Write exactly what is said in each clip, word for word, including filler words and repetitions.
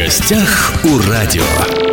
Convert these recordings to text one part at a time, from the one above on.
гостях у радио.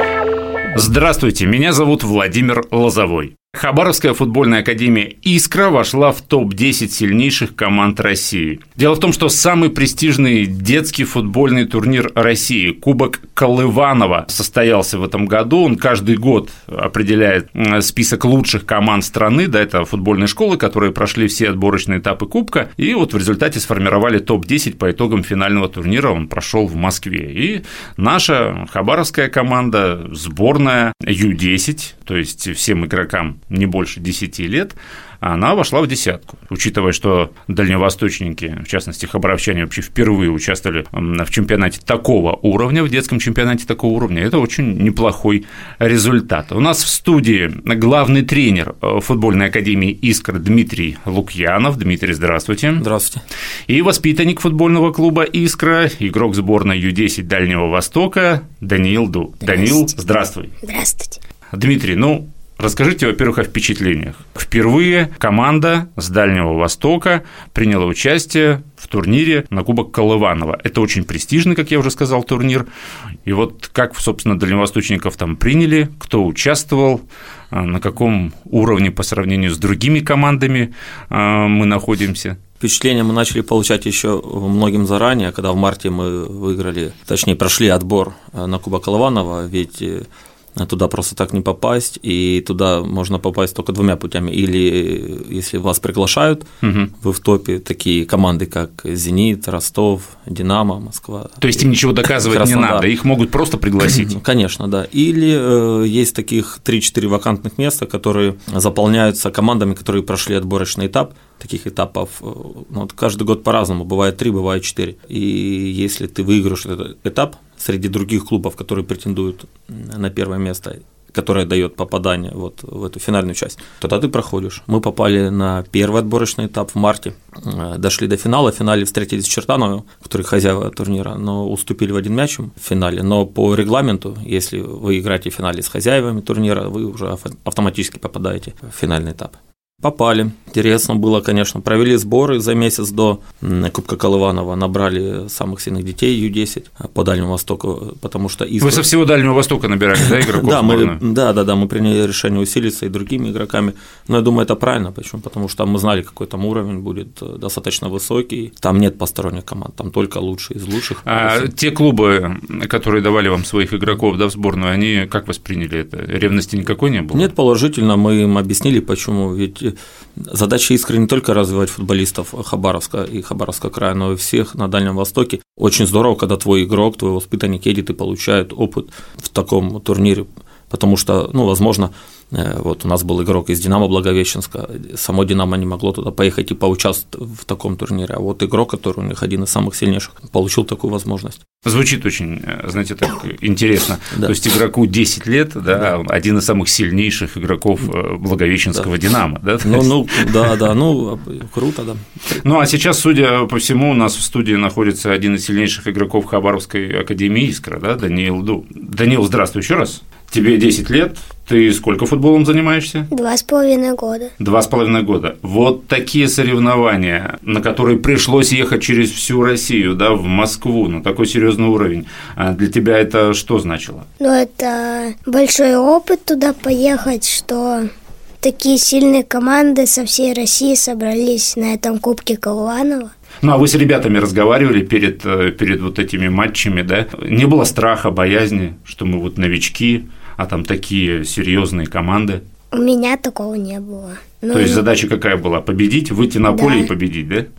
Здравствуйте, меня зовут Владимир Лозовой. Хабаровская футбольная академия «Искра» вошла в топ десять сильнейших команд России. Дело в том, что самый престижный детский футбольный турнир России, Кубок Колыванова, состоялся в этом году. Он каждый год определяет список лучших команд страны. Да, это футбольные школы, которые прошли все отборочные этапы Кубка. И вот в результате сформировали топ десять по итогам финального турнира. Он прошел в Москве. И наша хабаровская команда, сборная ю десять, то есть всем игрокам не больше десяти лет, она вошла в десятку. Учитывая, что дальневосточники, в частности, хабаровчане, вообще впервые участвовали в чемпионате такого уровня, в детском чемпионате такого уровня, это очень неплохой результат. У нас в студии главный тренер футбольной академии «Искра» Дмитрий Лукьянов. Дмитрий, здравствуйте. Здравствуйте. И воспитанник футбольного клуба «Искра», игрок сборной ю десять Дальнего Востока Даниил Ду. Даниил, здравствуй. Здравствуйте. Дмитрий, ну, расскажите, во-первых, о впечатлениях. Впервые команда с Дальнего Востока приняла участие в турнире на Кубок Колыванова. Это очень престижный, как я уже сказал, турнир. И вот как, собственно, дальневосточников там приняли, кто участвовал, на каком уровне по сравнению с другими командами мы находимся? Впечатления мы начали получать еще многим заранее, когда в марте мы выиграли, точнее, прошли отбор на Кубок Колыванова, ведь туда просто так не попасть, и туда можно попасть только двумя путями. Или если вас приглашают, угу. вы в топе, такие команды, как «Зенит», «Ростов», «Динамо», «Москва». То есть им ничего доказывать Краснодар. Не надо, их могут просто пригласить? Конечно, да. Или э, есть таких три-четыре вакантных места, которые заполняются командами, которые прошли отборочный этап. Таких этапов ну, вот каждый год по-разному, бывает три, бывает четыре. И если ты выиграешь этот этап среди других клубов, которые претендуют на первое место, которое дает попадание вот в эту финальную часть, тогда ты проходишь. Мы попали на первый отборочный этап в марте, дошли до финала, в финале встретились с Чертановым, который хозяева турнира, но уступили в один мяч в финале, но по регламенту, если вы играете в финале с хозяевами турнира, вы уже автоматически попадаете в финальный этап. Попали. Интересно было, конечно. Провели сборы за месяц до Кубка Колыванова, набрали самых сильных детей ю десять по Дальнему Востоку, потому что… Искра... Вы со всего Дальнего Востока набирали, да, игроков? Да, мы, да, да, да, мы приняли решение усилиться и другими игроками, но я думаю, это правильно, почему? Потому что мы знали, какой там уровень будет достаточно высокий, там нет посторонних команд, там только лучшие из лучших. А те клубы, которые давали вам своих игроков, да, в сборную, они как восприняли это? Ревности никакой не было? Нет, положительно, мы им объяснили, почему, ведь задача «Искры» не только развивать футболистов Хабаровска и Хабаровского края, но и всех на Дальнем Востоке. Очень здорово, когда твой игрок, твой воспитанник едет и получает опыт в таком турнире, потому что, ну, возможно, вот у нас был игрок из «Динамо» Благовещенска, само «Динамо» не могло туда поехать и поучаствовать в таком турнире, а вот игрок, который у них один из самых сильнейших, получил такую возможность. Звучит очень, знаете, так интересно. Да. То есть игроку десять лет, да, да, один из самых сильнейших игроков Благовещенского да. «Динамо», да? Ну, ну, да, да, ну, круто, да. Ну, а сейчас, судя по всему, у нас в студии находится один из сильнейших игроков Хабаровской академии «Искра», да, Даниил Ду. Даниил, здравствуй еще раз. Тебе десять лет, ты сколько футболом занимаешься? Два с половиной года. Два с половиной года. Вот такие соревнования, на которые пришлось ехать через всю Россию, да, в Москву, на такой серьезный уровень. А для тебя это что значило? Ну, это большой опыт туда поехать, что такие сильные команды со всей России собрались на этом Кубке Колыванова. Ну, а вы с ребятами разговаривали перед, перед вот этими матчами, да? Не было страха, боязни, что мы вот новички, а там такие серьезные команды? У меня такого не было. Ну, то есть задача какая была? Победить, выйти на поле да. и победить, да?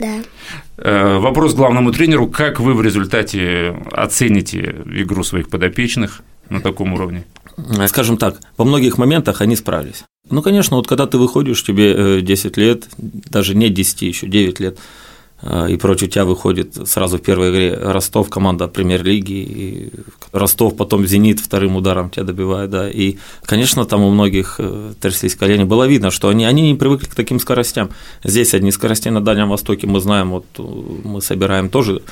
Да. Вопрос к главному тренеру. Как вы в результате оцените игру своих подопечных на таком уровне? Скажем так, во многих моментах они справились. Ну, конечно, вот когда ты выходишь, тебе десять лет, даже не десять, еще девять лет, и против тебя выходит сразу в первой игре Ростов, команда премьер-лиги, и Ростов, потом «Зенит» вторым ударом тебя добивает, да, и, конечно, там у многих тряслись колени, было видно, что они, они не привыкли к таким скоростям. Здесь одни скорости на Дальнем Востоке, мы знаем, вот мы собираем тоже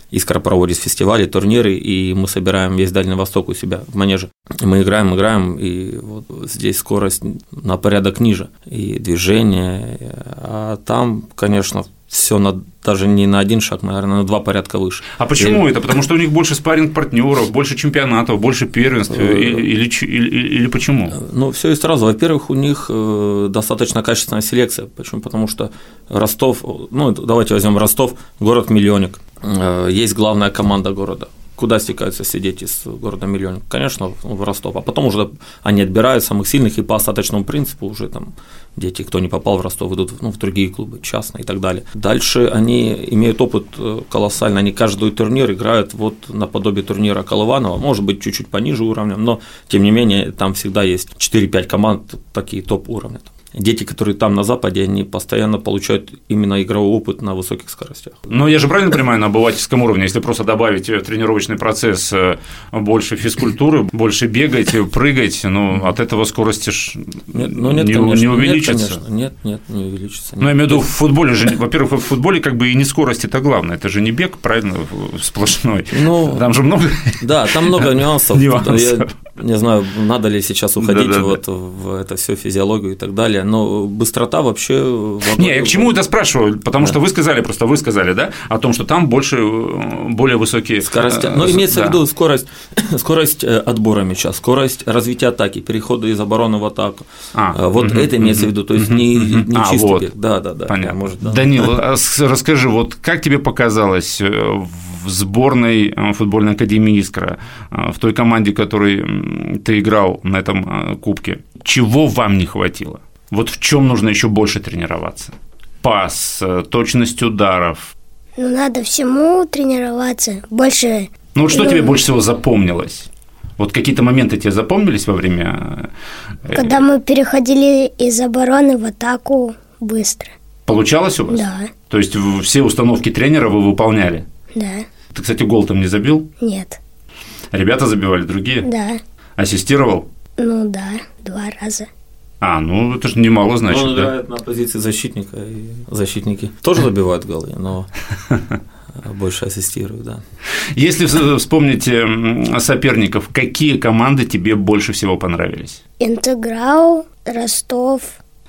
Искра проводит фестивали, турниры, и мы собираем весь Дальний Восток у себя в манеже. Мы играем, играем, и вот здесь скорость на порядок ниже, и движение, а там, конечно, все на, даже не на один шаг, наверное, на два порядка выше. А почему и... это? Потому что у них больше спарринг-партнеров, больше чемпионатов, больше первенств, или, или, или, или почему? Ну, все и сразу. Во-первых, у них достаточно качественная селекция. Почему? Потому что Ростов, ну, давайте возьмем Ростов, город-миллионник, есть главная команда города. Куда стекаются все дети из города-миллионника? Конечно, в Ростов. А потом уже они отбирают самых сильных, и по остаточному принципу уже там дети, кто не попал в Ростов, идут ну, в другие клубы, частные и так далее. Дальше они имеют опыт колоссальный, они каждый турнир играют вот наподобие турнира Колыванова, может быть, чуть-чуть пониже уровнем, но тем не менее там всегда есть четыре-пять команд такие топ-уровня. Дети, которые там на Западе, они постоянно получают именно игровой опыт на высоких скоростях. Но я же правильно понимаю, на обывательском уровне, если просто добавить в тренировочный процесс больше физкультуры, больше бегать, прыгать, ну, от этого скорости ж нет, ну, нет, не, конечно, не увеличится? Нет, нет, нет, не увеличится. Ну, я имею в виду, в футболе же, во-первых, в футболе как бы и не скорость это главное, это же не бег, правильно, сплошной, ну, там же много… Да, там много нюансов. нюансов. Я не знаю, надо ли сейчас уходить да, да, вот да. в это все физиологию и так далее, но быстрота вообще… Не, я к чему это спрашиваю, потому да. что вы сказали, просто вы сказали, да, о том, что там больше, более высокие… Скорости, ну, имеется да. в виду скорость, скорость отбора мяча, скорость развития атаки, перехода из обороны в атаку, а, вот угу, это имеется угу, в виду, то есть угу, не, не а, чистый вот. бег, да, да, да. Понятно. Может, да. Данил, расскажи, вот как тебе показалось в сборной футбольной академии «Искра», в той команде, в которой ты играл на этом кубке, чего вам не хватило? Вот в чем нужно еще больше тренироваться? Пас, точность ударов. Ну, надо всему тренироваться, больше… Ну, вот что ну, тебе больше всего запомнилось? Вот какие-то моменты тебе запомнились во время… Когда мы переходили из обороны в атаку быстро. Получалось у вас? Да. То есть все установки тренера вы выполняли? Да. Ты, кстати, гол там не забил? Нет. Ребята забивали другие? Да. Ассистировал? Ну да, два раза. А, ну это же немало, значит, Он да? играет на позиции защитника, и защитники тоже забивают голы, но больше ассистируют, да. Если вспомнить соперников, какие команды тебе больше всего понравились? Интеграл, Ростов.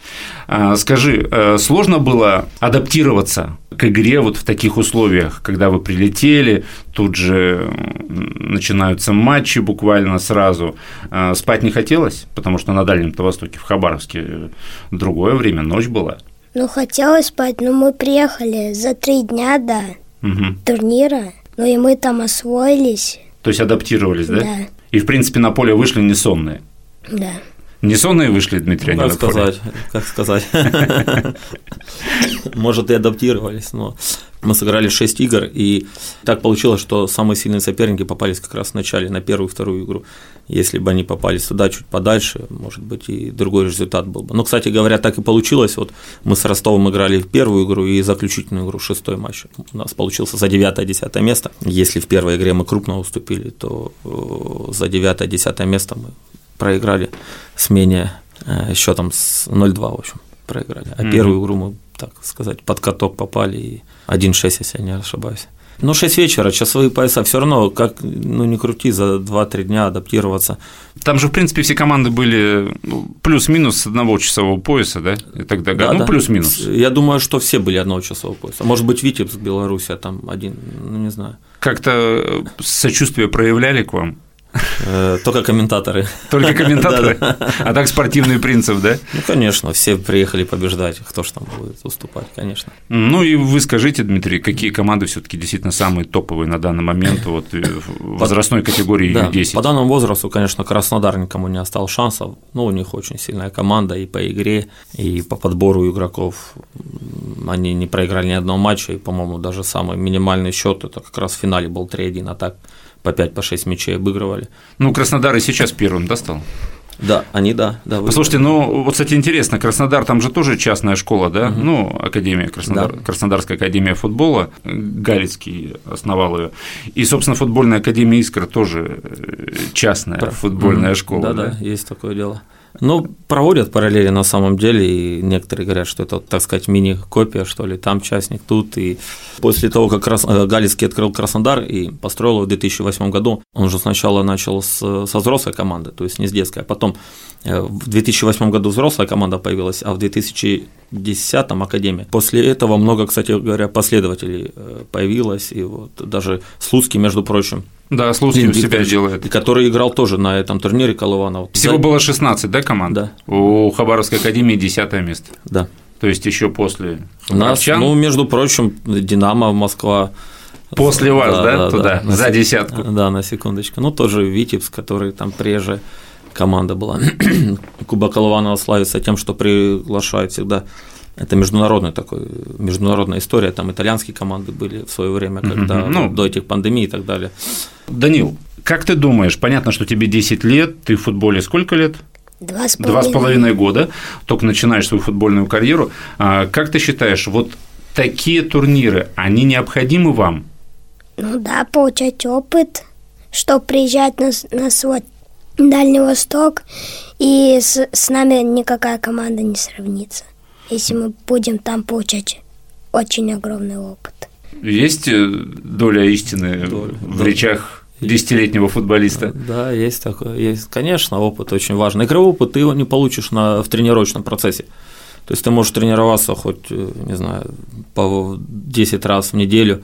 Скажи, сложно было адаптироваться к игре вот в таких условиях, когда вы прилетели, тут же начинаются матчи буквально сразу, спать не хотелось, потому что на Дальнем-то Востоке, в Хабаровске, другое время, ночь была? Ну, хотелось спать, но мы приехали за три дня до угу. турнира, ну и мы там освоились. То есть адаптировались, да? Да. И, в принципе, на поле вышли не сонные? Да. Не сонные вышли, Дмитрий? Ну, как сказать, как сказать. Может, и адаптировались, но мы сыграли шесть игр, и так получилось, что самые сильные соперники попались как раз в начале, на первую и вторую игру. Если бы они попали сюда чуть подальше, может быть, и другой результат был бы. Но, кстати говоря, так и получилось. Вот мы с Ростовом играли в первую игру и заключительную игру, шестой матч. У нас получился за девятое-десятое место. Если в первой игре мы крупно уступили, то за девятое-десятое место мы проиграли с менее счетом с ноль-два, в общем, проиграли. А mm-hmm. первую игру мы, так сказать, под каток попали и один-шесть, если я не ошибаюсь. Ну, шесть вечера, часовые пояса, все равно, как, ну, не крути, за два-три дня адаптироваться. Там же, в принципе, все команды были плюс-минус с одного часового пояса, да? И тогда, да, ну, да. плюс-минус. Я думаю, что все были одного часового пояса. Может быть, Витебск, Беларусь, а там один, ну, не знаю. Как-то сочувствие проявляли к вам? Только комментаторы. Только комментаторы? А так спортивный принцип, да? Ну, конечно, все приехали побеждать, кто ж там будет уступать, конечно. Ну и вы скажите, Дмитрий, какие команды все-таки действительно самые топовые на данный момент вот, в возрастной категории ю десять? По данному возрасту, конечно, Краснодар никому не оставил шансов, но у них очень сильная команда и по игре, и по подбору игроков. Они не проиграли ни одного матча, и, по-моему, даже самый минимальный счет это как раз в финале был три-один, а так по пять, по шесть мячей обыгрывали. Ну, Краснодар и сейчас первым, да, стал? Да, они, да. да Послушайте, ну, вот, кстати, интересно, Краснодар, там же тоже частная школа, да? Угу. Ну, Академия, Краснодар, да. Краснодарская академия футбола, Галицкий основал ее. И, собственно, футбольная академия «Искра» тоже частная Про... футбольная угу. школа. Да, да, да, есть такое дело. Ну, проводят параллели на самом деле, и некоторые говорят, что это, так сказать, мини-копия, что ли, там частник, тут. И после того, как Крас... Галицкий открыл Краснодар и построил его в две тысячи восьмом году, он уже сначала начал с... со взрослой команды, то есть не с детской, а потом в две тысячи восьмом году взрослая команда появилась, а в две тысячи десятом академия. После этого много, кстати говоря, последователей появилось, и вот даже Слуцкий, между прочим. Да, Слуцкий у себя делает. Который играл тоже на этом турнире Колыванова. Всего За... было шестнадцать, да, команд? Да. У Хабаровской академии десятое место. Да. То есть еще после хабаровчан. Нас, ну, между прочим, Динамо, Москва. После вас, да, да, да туда, да, за на, десятку. Да, на секундочку. Ну, тоже Витебск, который там прежде команда была. Кубок Колыванова славится тем, что приглашают всегда. Это международная такой, международная история, там итальянские команды были в свое время, когда uh-huh. ну, до этих пандемий и так далее. Данил, как ты думаешь, понятно, что тебе десять лет, ты в футболе сколько лет? Два с половиной. Два с половиной года, только начинаешь свою футбольную карьеру. Как ты считаешь, вот такие турниры, они необходимы вам? Ну да, получать опыт, чтобы приезжать на, на свой Дальний Восток, и с, с нами никакая команда не сравнится, если мы будем там получать очень огромный опыт. Есть доля истины доля, в доля. речах десятилетнего футболиста? Да, есть такое. Есть, конечно, опыт очень важный. Игровой опыт ты его не получишь на, в тренировочном процессе. То есть ты можешь тренироваться хоть, не знаю, по десять раз в неделю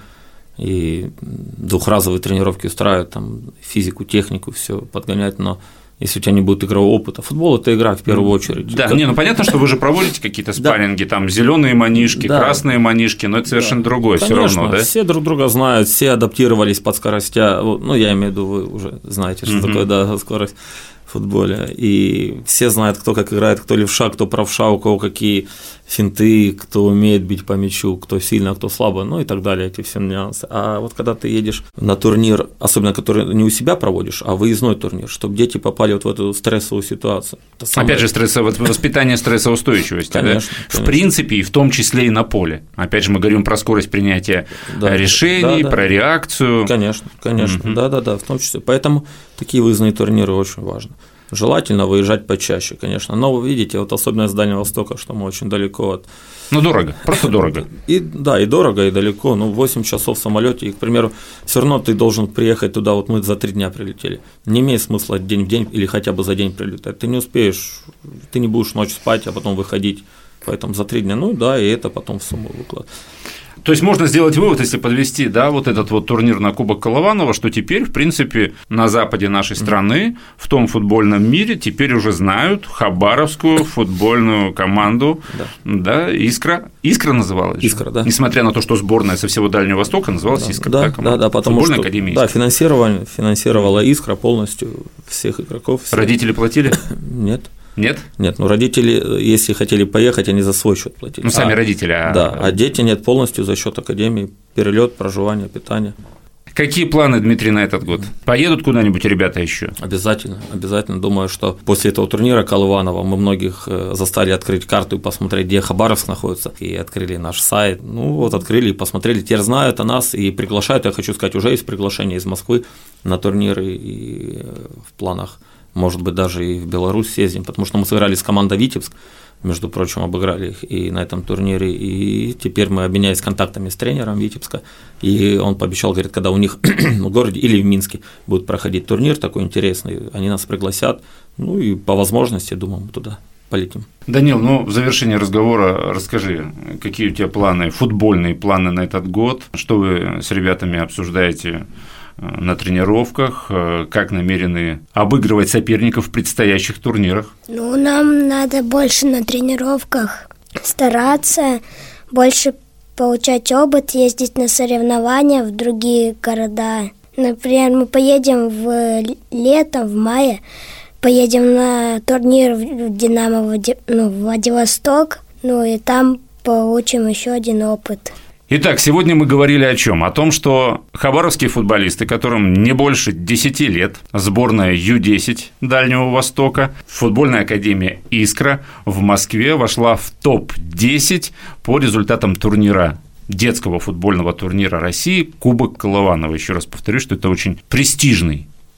и двухразовые тренировки устраивать, там, физику, технику, все подгонять, но если у тебя не будет игрового опыта. Футбол – это игра в первую очередь. Да, как... не, ну понятно, что вы же проводите какие-то спарринги, да. Там зеленые манишки, да. красные манишки, но это совершенно да. другое все равно, да? Все друг друга знают, все адаптировались под скоростя. Ну, я имею в виду, вы уже знаете, что mm-hmm. такое да, скорость в футболе. И все знают, кто как играет, кто левша, кто правша, у кого какие финты, кто умеет бить по мячу, кто сильно, кто слабо, ну и так далее, эти все нюансы. А вот когда ты едешь на турнир, особенно который не у себя проводишь, а выездной турнир, чтобы дети попали вот в эту стрессовую ситуацию. Самое... Опять же, стрессовое, воспитание стрессоустойчивости, конечно, да? Конечно. В принципе, и в том числе и на поле. Опять же, мы говорим про скорость принятия да, решений, да, да. про реакцию. Конечно, конечно, да-да-да, в том числе. Поэтому такие выездные турниры очень важны. Желательно выезжать почаще, конечно. Но вы видите, вот особенно с Дальнего Востока, что мы очень далеко от. Ну, дорого, просто дорого. И, да, и дорого, и далеко. Ну, восемь часов в самолете, и, к примеру, все равно ты должен приехать туда, вот мы за три дня прилетели. Не имеет смысла день в день или хотя бы за день прилетать. Ты не успеешь, ты не будешь ночь спать, а потом выходить. Поэтому за три дня, ну да, и это потом в сумму выкладывать. То есть можно сделать вывод, если подвести, да, вот этот вот турнир на Кубок Колыванова, что теперь, в принципе, на западе нашей страны, в том футбольном мире, теперь уже знают хабаровскую футбольную команду, да, да Искра. Искра называлась? Искра, да. Несмотря на то, что сборная со всего Дальнего Востока называлась да, Искра. Да, да, да, потому футбольная что академия да, Искра. финансировала, финансировала Искра полностью всех игроков. Всех. Родители платили? Нет. Нет? Нет, ну родители, если хотели поехать, они за свой счет платили. Ну, сами а, родители. А... Да, а дети нет, полностью за счет академии, перелет, проживание, питание. Какие планы, Дмитрий, на этот год? Поедут куда-нибудь ребята еще? Обязательно, обязательно. Думаю, что после этого турнира Колыванова мы многих застали открыть карту и посмотреть, где Хабаровск находится, и открыли наш сайт. Ну вот открыли и посмотрели, теперь знают о нас и приглашают. Я хочу сказать, уже есть приглашение из Москвы на турниры и в планах. Может быть, даже и в Беларусь съездим, потому что мы сыграли с командой Витебск, между прочим, обыграли их и на этом турнире, и теперь мы обменялись контактами с тренером Витебска, и он пообещал, говорит, когда у них в городе или в Минске будет проходить турнир такой интересный, они нас пригласят, ну и по возможности, думаю, мы туда полетим. Данил, ну в завершении разговора расскажи, какие у тебя планы, футбольные планы на этот год, что вы с ребятами обсуждаете на тренировках, как намерены обыгрывать соперников в предстоящих турнирах? Ну, нам надо больше на тренировках стараться, больше получать опыт, ездить на соревнования в другие города. Например, мы поедем в лето, в мае, поедем на турнир в Динамо, ну, в Владивосток, ну и там получим еще один опыт. Итак, сегодня мы говорили о чем? О том, что хабаровские футболисты, которым не больше десяти лет, сборная ю десять Дальнего Востока, футбольная академия «Искра» в Москве вошла в топ десять по результатам турнира, детского футбольного турнира России «Кубок Колыванова». Еще раз повторю, что это очень престижный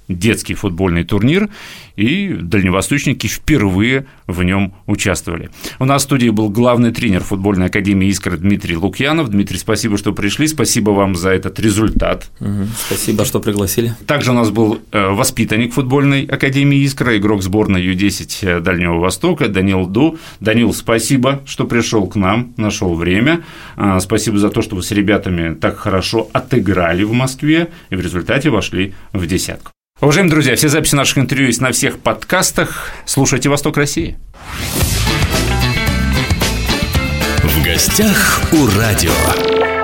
детский футбольный турнир, и дальневосточники впервые в нем участвовали. У нас в студии был главный тренер футбольной академии «Искра» Дмитрий Лукьянов. Дмитрий, спасибо, что пришли, спасибо вам за этот результат. Угу. Спасибо, что пригласили. Также у нас был воспитанник футбольной академии «Искра», игрок сборной ю десять Дальнего Востока Данил Ду. Данил, спасибо, что пришел к нам, нашел время. Спасибо за то, что вы с ребятами так хорошо отыграли в Москве и в результате вошли в десятку. Уважаемые друзья, все записи наших интервью есть на всех подкастах. Слушайте «Восток России». В гостях у радио.